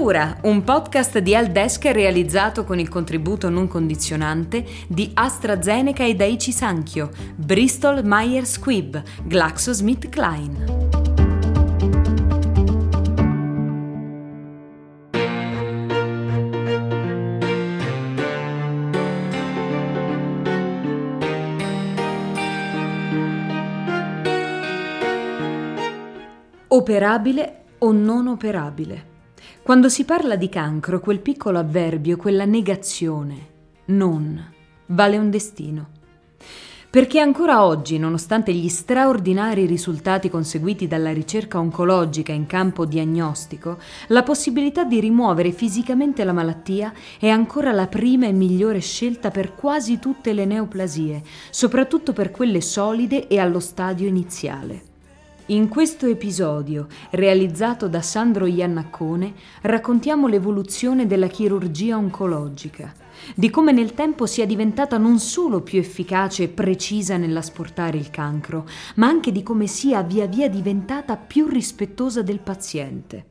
Dura, un podcast di Al Desk realizzato con il contributo non condizionante di AstraZeneca e Daiichi Sankyo, Bristol Myers Squibb, GlaxoSmithKline. Operabile o non operabile? Quando si parla di cancro, quel piccolo avverbio, quella negazione, non, vale un destino. Perché ancora oggi, nonostante gli straordinari risultati conseguiti dalla ricerca oncologica in campo diagnostico, la possibilità di rimuovere fisicamente la malattia è ancora la prima e migliore scelta per quasi tutte le neoplasie, soprattutto per quelle solide e allo stadio iniziale. In questo episodio, realizzato da Sandro Iannaccone, raccontiamo l'evoluzione della chirurgia oncologica, di come nel tempo sia diventata non solo più efficace e precisa nell'asportare il cancro, ma anche di come sia via via diventata più rispettosa del paziente.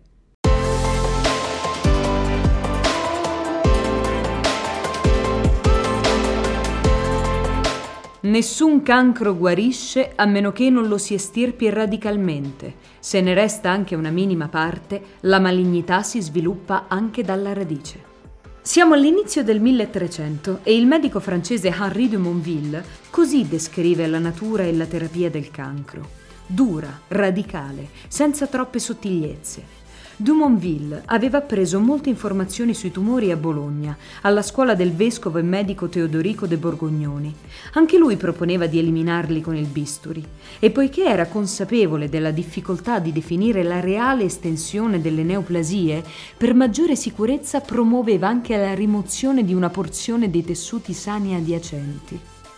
Nessun cancro guarisce a meno che non lo si estirpi radicalmente. Se ne resta anche una minima parte, la malignità si sviluppa anche dalla radice. Siamo all'inizio del 1300 e il medico francese Henri de Monville così descrive la natura e la terapia del cancro. Dura, radicale, senza troppe sottigliezze. De Monville aveva appreso molte informazioni sui tumori a Bologna, alla scuola del vescovo e medico Teodorico de Borgognoni. Anche lui proponeva di eliminarli con il bisturi e poiché era consapevole della difficoltà di definire la reale estensione delle neoplasie, per maggiore sicurezza promuoveva anche la rimozione di una porzione dei tessuti sani adiacenti.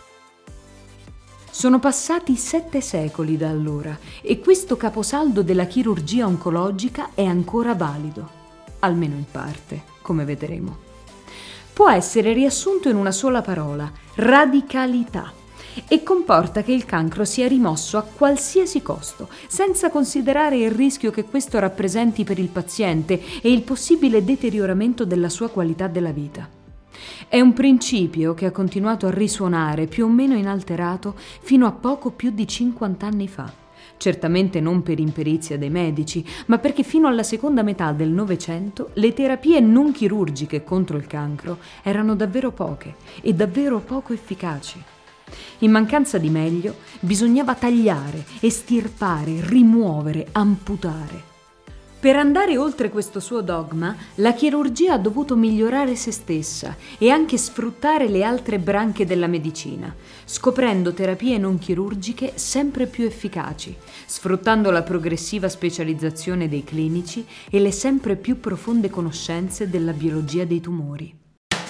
Sono passati 7 secoli da allora e questo caposaldo della chirurgia oncologica è ancora valido, almeno in parte, come vedremo. Può essere riassunto in una sola parola: radicalità, e comporta che il cancro sia rimosso a qualsiasi costo, senza considerare il rischio che questo rappresenti per il paziente e il possibile deterioramento della sua qualità della vita. È un principio che ha continuato a risuonare più o meno inalterato fino a poco più di 50 anni fa. Certamente non per imperizia dei medici, ma perché fino alla seconda metà del Novecento le terapie non chirurgiche contro il cancro erano davvero poche e davvero poco efficaci. In mancanza di meglio, bisognava tagliare, estirpare, rimuovere, amputare. Per andare oltre questo suo dogma, la chirurgia ha dovuto migliorare se stessa e anche sfruttare le altre branche della medicina, scoprendo terapie non chirurgiche sempre più efficaci, sfruttando la progressiva specializzazione dei clinici e le sempre più profonde conoscenze della biologia dei tumori.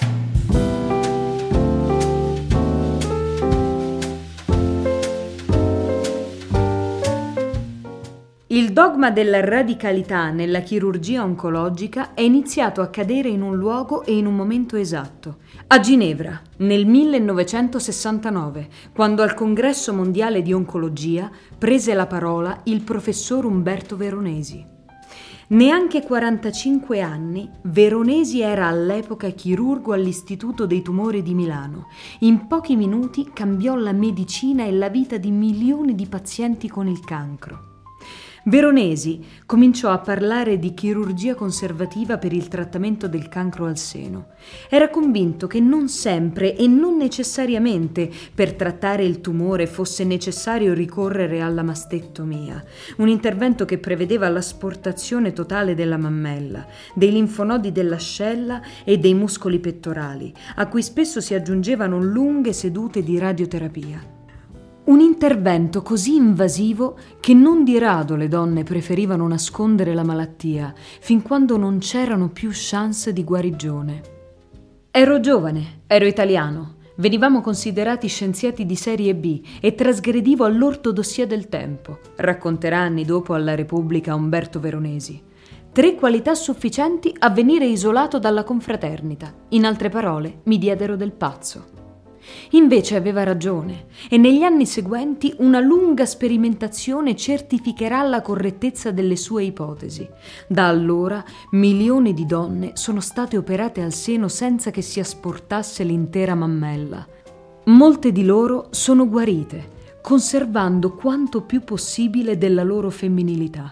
Il dogma della radicalità nella chirurgia oncologica è iniziato a cadere in un luogo e in un momento esatto, a Ginevra, nel 1969, quando al Congresso Mondiale di Oncologia prese la parola il professor Umberto Veronesi. Neanche 45 anni, Veronesi era all'epoca chirurgo all'Istituto dei Tumori di Milano. In pochi minuti cambiò la medicina e la vita di milioni di pazienti con il cancro. Veronesi cominciò a parlare di chirurgia conservativa per il trattamento del cancro al seno. Era convinto che non sempre e non necessariamente per trattare il tumore fosse necessario ricorrere alla mastectomia, un intervento che prevedeva l'asportazione totale della mammella, dei linfonodi dell'ascella e dei muscoli pettorali, a cui spesso si aggiungevano lunghe sedute di radioterapia. Un intervento così invasivo che non di rado le donne preferivano nascondere la malattia fin quando non c'erano più chance di guarigione. Ero giovane, ero italiano, venivamo considerati scienziati di serie B e trasgredivo all'ortodossia del tempo, racconterà anni dopo alla Repubblica Umberto Veronesi. 3 qualità sufficienti a venire isolato dalla confraternita. In altre parole, mi diedero del pazzo. Invece aveva ragione e negli anni seguenti una lunga sperimentazione certificherà la correttezza delle sue ipotesi. Da allora milioni di donne sono state operate al seno senza che si asportasse l'intera mammella. Molte di loro sono guarite, conservando quanto più possibile della loro femminilità.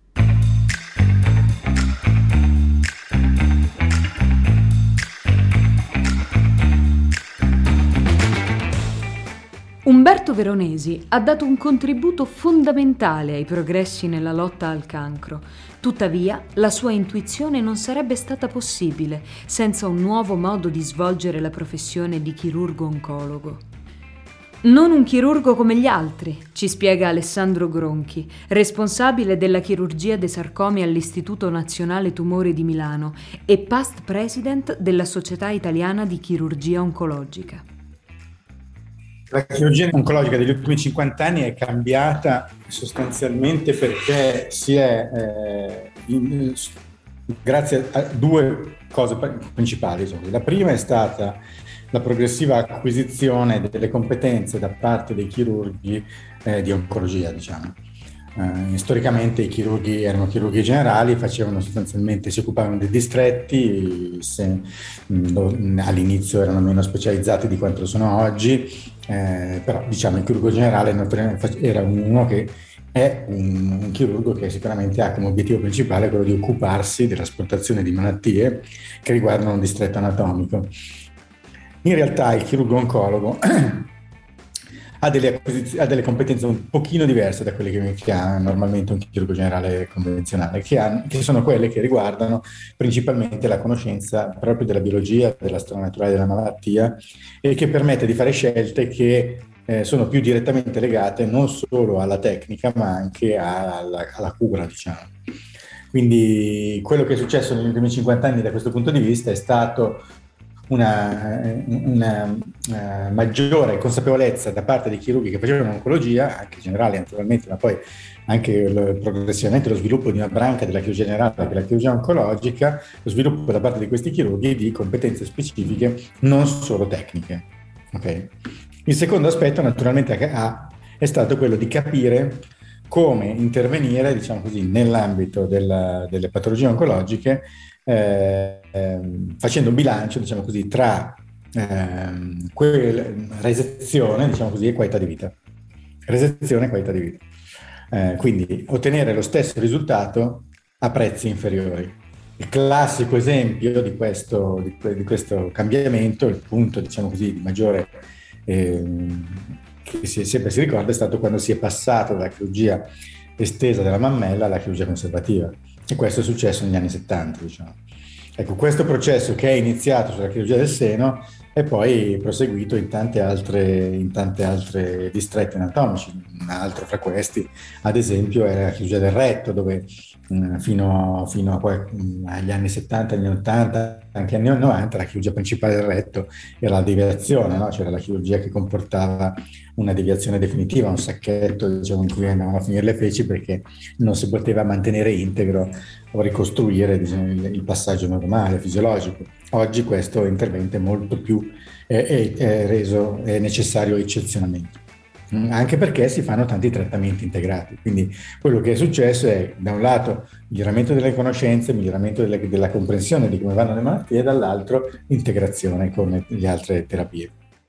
Umberto Veronesi ha dato un contributo fondamentale ai progressi nella lotta al cancro. Tuttavia, la sua intuizione non sarebbe stata possibile senza un nuovo modo di svolgere la professione di chirurgo-oncologo. Non un chirurgo come gli altri, ci spiega Alessandro Gronchi, responsabile della chirurgia dei sarcomi all'Istituto Nazionale Tumori di Milano e past president della Società Italiana di Chirurgia Oncologica. La chirurgia oncologica degli ultimi 50 anni è cambiata sostanzialmente perché grazie a due cose principali. La prima è stata la progressiva acquisizione delle competenze da parte dei chirurghi di oncologia, diciamo. Storicamente i chirurghi erano chirurghi generali, facevano sostanzialmente, si occupavano dei distretti, all'inizio erano meno specializzati di quanto lo sono oggi, però diciamo il chirurgo generale era uno che è un chirurgo che sicuramente ha come obiettivo principale quello di occuparsi dell'asportazione di malattie che riguardano un distretto anatomico. In realtà il chirurgo oncologo ha delle competenze un pochino diverse da quelle che ha normalmente un chirurgo generale convenzionale, che sono quelle che riguardano principalmente la conoscenza proprio della biologia, della storia naturale della malattia e che permette di fare scelte che sono più direttamente legate non solo alla tecnica ma anche alla cura, diciamo. Quindi quello che è successo negli ultimi 50 anni da questo punto di vista è stato una maggiore consapevolezza da parte dei chirurghi che facevano oncologia, anche generale naturalmente, ma poi anche progressivamente lo sviluppo di una branca della chirurgia generale, che è la chirurgia oncologica, lo sviluppo da parte di questi chirurghi di competenze specifiche, non solo tecniche. Okay? Il secondo aspetto naturalmente è stato quello di capire come intervenire, diciamo così, nell'ambito delle patologie oncologiche, facendo un bilancio, diciamo così, tra resezione, diciamo così, e qualità di vita. Resezione e qualità di vita. Quindi ottenere lo stesso risultato a prezzi inferiori. Il classico esempio di questo cambiamento, il punto, diciamo così, di maggiore che sempre si ricorda, è stato quando si è passato dalla chirurgia estesa della mammella alla chirurgia conservativa. E questo è successo negli anni 70, diciamo. Ecco, questo processo che è iniziato sulla chirurgia del seno è poi proseguito in tante altre distretti anatomici. Un altro fra questi, ad esempio, è la chirurgia del retto, dove fino agli anni 70, anni 80, anche anni 90, la chirurgia principale del retto era la deviazione, no? C'era la chirurgia che comportava una deviazione definitiva, un sacchetto, diciamo, in cui andavano a finire le feci perché non si poteva mantenere integro o ricostruire, diciamo, il passaggio normale, fisiologico. Oggi questo intervento è molto più è necessario eccezionalmente. Anche perché si fanno tanti trattamenti integrati. Quindi quello che è successo è, da un lato, miglioramento delle conoscenze, miglioramento della comprensione di come vanno le malattie, e dall'altro integrazione con le altre terapie.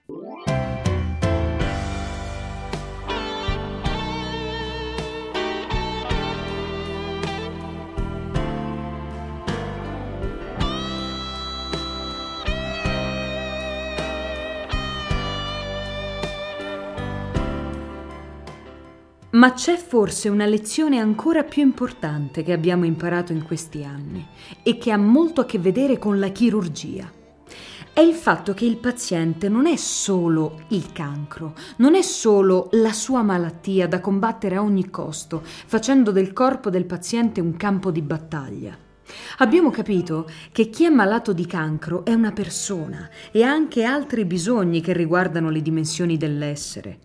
Ma c'è forse una lezione ancora più importante che abbiamo imparato in questi anni e che ha molto a che vedere con la chirurgia. È il fatto che il paziente non è solo il cancro, non è solo la sua malattia da combattere a ogni costo, facendo del corpo del paziente un campo di battaglia. Abbiamo capito che chi è malato di cancro è una persona e ha anche altri bisogni che riguardano le dimensioni dell'essere.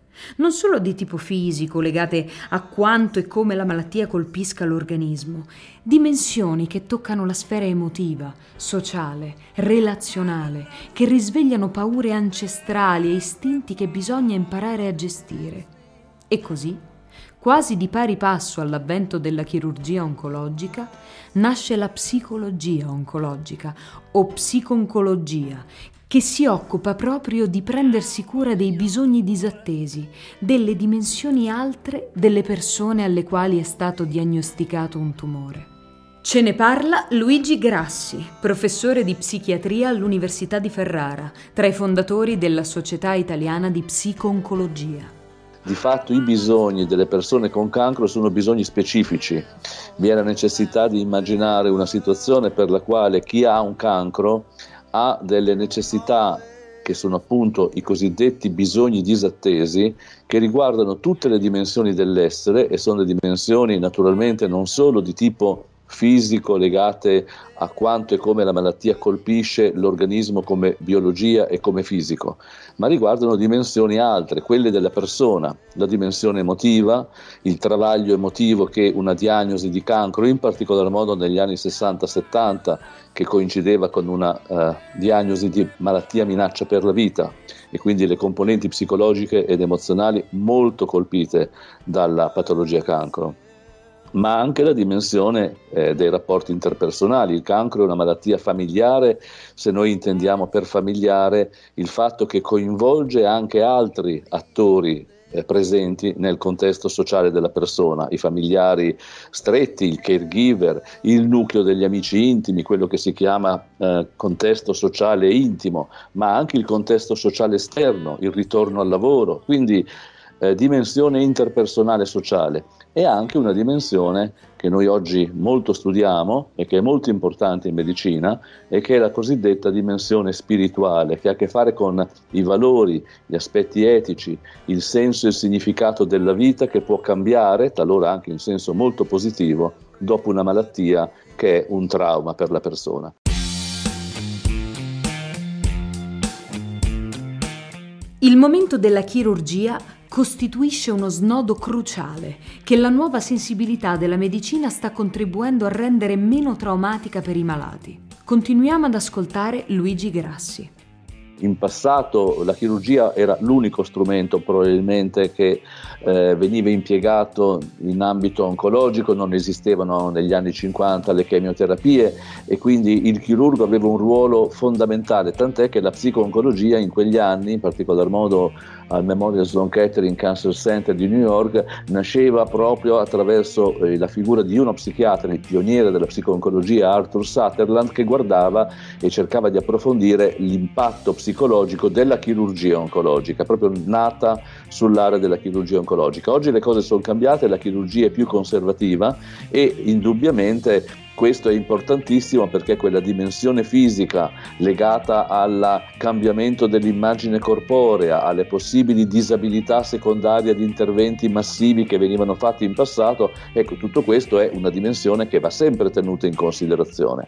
non solo di tipo fisico, legate a quanto e come la malattia colpisca l'organismo, dimensioni che toccano la sfera emotiva, sociale, relazionale, che risvegliano paure ancestrali e istinti che bisogna imparare a gestire. E così, quasi di pari passo all'avvento della chirurgia oncologica, nasce la psicologia oncologica o psiconcologia, che si occupa proprio di prendersi cura dei bisogni disattesi, delle dimensioni altre delle persone alle quali è stato diagnosticato un tumore. Ce ne parla Luigi Grassi, professore di psichiatria all'Università di Ferrara, tra i fondatori della Società Italiana di Psico-Oncologia. Di fatto i bisogni delle persone con cancro sono bisogni specifici. Vi è la necessità di immaginare una situazione per la quale chi ha un cancro ha delle necessità che sono appunto i cosiddetti bisogni disattesi, che riguardano tutte le dimensioni dell'essere e sono le dimensioni naturalmente non solo di tipo fisico legate a quanto e come la malattia colpisce l'organismo come biologia e come fisico, ma riguardano dimensioni altre, quelle della persona, la dimensione emotiva, il travaglio emotivo che una diagnosi di cancro, in particolar modo negli anni 60-70, che coincideva con una diagnosi di malattia minaccia per la vita, e quindi le componenti psicologiche ed emozionali molto colpite dalla patologia cancro, ma anche la dimensione dei rapporti interpersonali. Il cancro è una malattia familiare, se noi intendiamo per familiare il fatto che coinvolge anche altri attori presenti nel contesto sociale della persona, i familiari stretti, il caregiver, il nucleo degli amici intimi, quello che si chiama contesto sociale intimo, ma anche il contesto sociale esterno, il ritorno al lavoro, quindi dimensione interpersonale sociale. E anche una dimensione che noi oggi molto studiamo e che è molto importante in medicina, e che è la cosiddetta dimensione spirituale, che ha a che fare con i valori, gli aspetti etici, il senso e il significato della vita, che può cambiare, talora anche in senso molto positivo, dopo una malattia che è un trauma per la persona. Il momento della chirurgia costituisce uno snodo cruciale che la nuova sensibilità della medicina sta contribuendo a rendere meno traumatica per i malati. Continuiamo ad ascoltare Luigi Grassi. In passato la chirurgia era l'unico strumento probabilmente che veniva impiegato in ambito oncologico, non esistevano negli anni 50 le chemioterapie e quindi il chirurgo aveva un ruolo fondamentale, tant'è che la psico-oncologia in quegli anni, in particolar modo al Memorial Sloan Kettering Cancer Center di New York, nasceva proprio attraverso la figura di uno psichiatra, il pioniere della psico-oncologia, Arthur Sutherland, che guardava e cercava di approfondire l'impatto psicologico della chirurgia oncologica, proprio nata sull'area della chirurgia oncologica. Oggi le cose sono cambiate, la chirurgia è più conservativa e indubbiamente questo è importantissimo, perché quella dimensione fisica legata al cambiamento dell'immagine corporea, alle possibili disabilità secondarie di interventi massivi che venivano fatti in passato, ecco, tutto questo è una dimensione che va sempre tenuta in considerazione.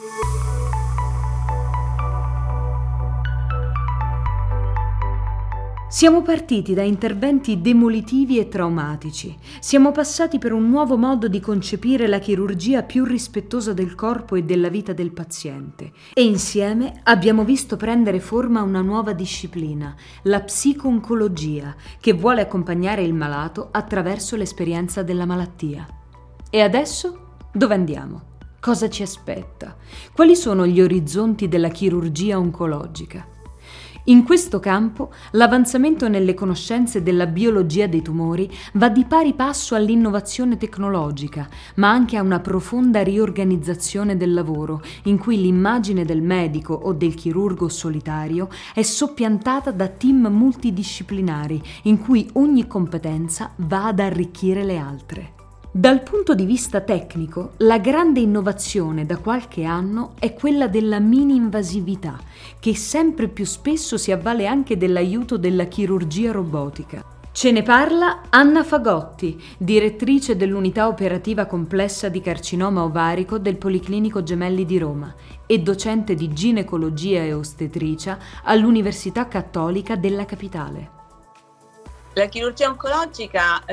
Siamo partiti da interventi demolitivi e traumatici, siamo passati per un nuovo modo di concepire la chirurgia più rispettosa del corpo e della vita del paziente, e insieme abbiamo visto prendere forma una nuova disciplina, la psico-oncologia, che vuole accompagnare il malato attraverso l'esperienza della malattia. E adesso dove andiamo? Cosa ci aspetta? Quali sono gli orizzonti della chirurgia oncologica? In questo campo, l'avanzamento nelle conoscenze della biologia dei tumori va di pari passo all'innovazione tecnologica, ma anche a una profonda riorganizzazione del lavoro, in cui l'immagine del medico o del chirurgo solitario è soppiantata da team multidisciplinari, in cui ogni competenza va ad arricchire le altre. Dal punto di vista tecnico, la grande innovazione da qualche anno è quella della mini-invasività, che sempre più spesso si avvale anche dell'aiuto della chirurgia robotica. Ce ne parla Anna Fagotti, direttrice dell'unità operativa complessa di carcinoma ovarico del Policlinico Gemelli di Roma e docente di ginecologia e ostetricia all'Università Cattolica della Capitale. La chirurgia oncologica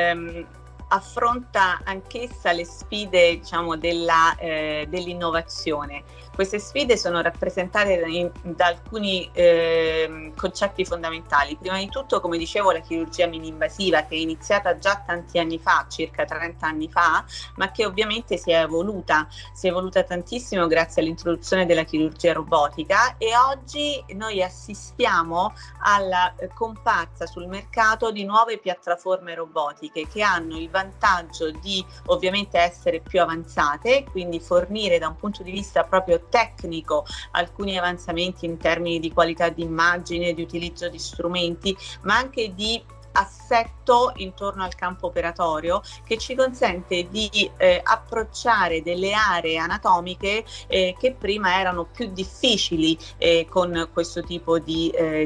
affronta anch'essa le sfide, diciamo, dell'innovazione. Queste sfide sono rappresentate da alcuni concetti fondamentali. Prima di tutto, come dicevo, la chirurgia mini-invasiva, che è iniziata già tanti anni fa, circa 30 anni fa, ma che ovviamente si è evoluta tantissimo grazie all'introduzione della chirurgia robotica, e oggi noi assistiamo alla comparsa sul mercato di nuove piattaforme robotiche che hanno il vantaggio di ovviamente essere più avanzate, quindi fornire da un punto di vista proprio tecnico alcuni avanzamenti in termini di qualità di immagine, di utilizzo di strumenti, ma anche di assetto intorno al campo operatorio, che ci consente di approcciare delle aree anatomiche che prima erano più difficili con questo tipo di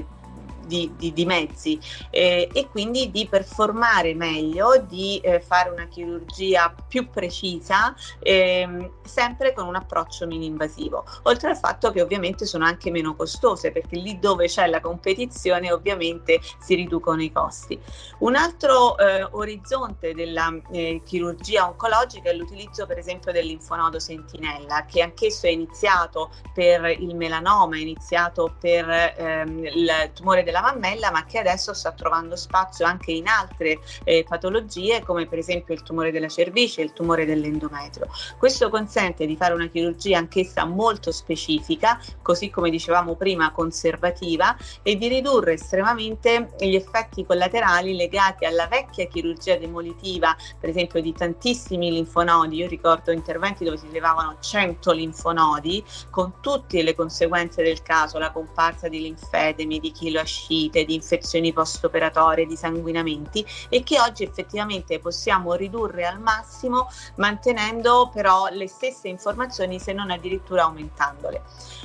mezzi, e quindi di performare meglio, di fare una chirurgia più precisa, sempre con un approccio mini-invasivo, oltre al fatto che ovviamente sono anche meno costose, perché lì dove c'è la competizione ovviamente si riducono i costi. Un altro orizzonte della chirurgia oncologica è l'utilizzo per esempio del linfonodo sentinella, che anch'esso è iniziato per il melanoma, è iniziato per il tumore della mammella, ma che adesso sta trovando spazio anche in altre patologie, come per esempio il tumore della cervice, il tumore dell'endometrio. Questo consente di fare una chirurgia anch'essa molto specifica, così come dicevamo prima conservativa, e di ridurre estremamente gli effetti collaterali legati alla vecchia chirurgia demolitiva, per esempio di tantissimi linfonodi. Io ricordo interventi dove si levavano 100 linfonodi, con tutte le conseguenze del caso, la comparsa di linfedemi, di chiloascite, di infezioni post-operatorie, di sanguinamenti, e che oggi effettivamente possiamo ridurre al massimo, mantenendo però le stesse informazioni, se non addirittura aumentandole.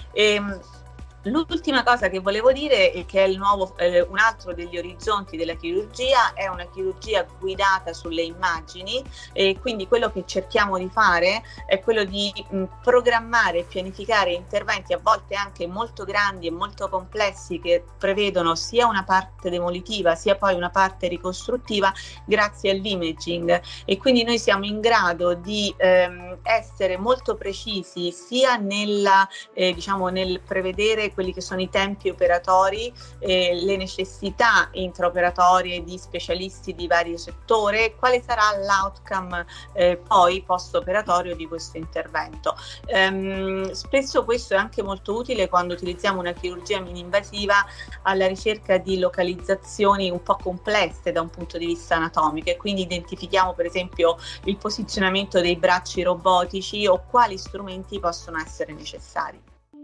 L'ultima cosa che volevo dire è che è un altro degli orizzonti della chirurgia è una chirurgia guidata sulle immagini, e quindi quello che cerchiamo di fare è quello di programmare e pianificare interventi a volte anche molto grandi e molto complessi, che prevedono sia una parte demolitiva sia poi una parte ricostruttiva, grazie all'imaging, e quindi noi siamo in grado di essere molto precisi sia nel prevedere quelli che sono i tempi operatori, le necessità intraoperatorie di specialisti di vario settore, quale sarà l'outcome poi post-operatorio di questo intervento. Spesso questo è anche molto utile quando utilizziamo una chirurgia mini-invasiva alla ricerca di localizzazioni un po' complesse da un punto di vista anatomico, e quindi identifichiamo per esempio il posizionamento dei bracci robotici o quali strumenti possono essere necessari.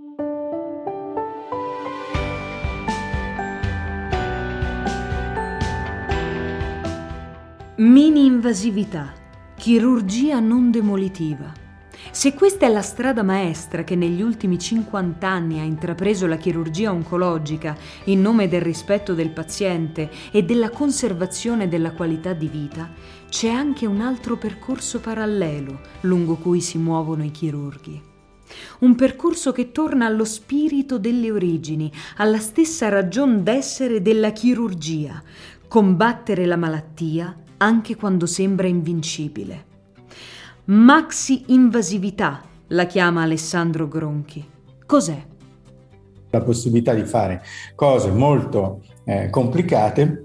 Mini-invasività, chirurgia non demolitiva. Se questa è la strada maestra che negli ultimi 50 anni ha intrapreso la chirurgia oncologica in nome del rispetto del paziente e della conservazione della qualità di vita, c'è anche un altro percorso parallelo lungo cui si muovono i chirurghi. Un percorso che torna allo spirito delle origini, alla stessa ragion d'essere della chirurgia: combattere la malattia anche quando sembra invincibile. Maxi-invasività la chiama Alessandro Gronchi. Cos'è? La possibilità di fare cose molto complicate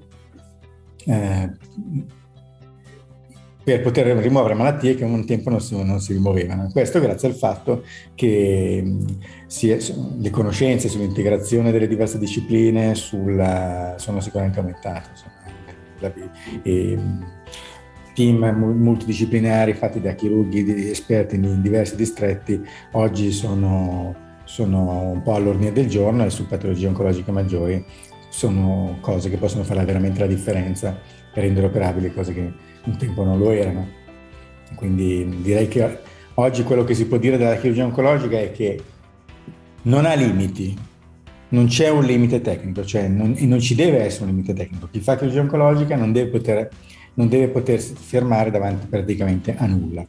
per poter rimuovere malattie che un tempo non si rimuovevano. Questo grazie al fatto che le conoscenze sull'integrazione delle diverse discipline sono sicuramente aumentate. Team multidisciplinari fatti da chirurghi esperti in diversi distretti oggi sono un po' all'ordine del giorno, e su patologie oncologiche maggiori sono cose che possono fare veramente la differenza e rendere operabili cose che un tempo non lo erano. Quindi direi che oggi quello che si può dire della chirurgia oncologica è che non ha limiti. Non c'è un limite tecnico, cioè non ci deve essere un limite tecnico. Chi fa chirurgia oncologica non deve potersi fermare davanti praticamente a nulla.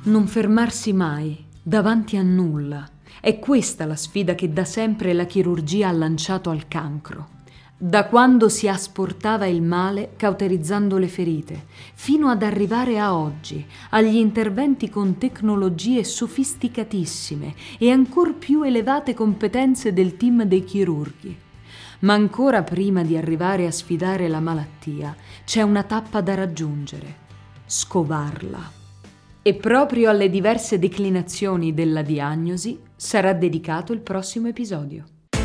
Non fermarsi mai, davanti a nulla. È questa la sfida che da sempre la chirurgia ha lanciato al cancro. Da quando si asportava il male cauterizzando le ferite, fino ad arrivare a oggi, agli interventi con tecnologie sofisticatissime e ancor più elevate competenze del team dei chirurghi. Ma ancora prima di arrivare a sfidare la malattia, c'è una tappa da raggiungere: scovarla. E proprio alle diverse declinazioni della diagnosi sarà dedicato il prossimo episodio.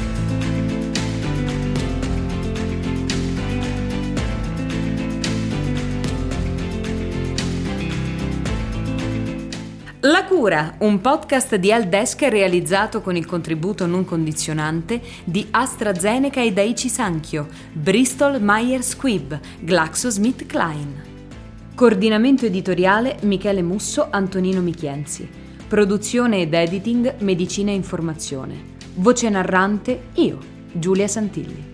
La cura, un podcast di Aldesk realizzato con il contributo non condizionante di AstraZeneca e Daiichi Sankyo, Bristol Myers Squibb, GlaxoSmithKline. Coordinamento editoriale Michele Musso, Antonino Michienzi. Produzione ed editing Medicina e Informazione. Voce narrante io, Giulia Santilli.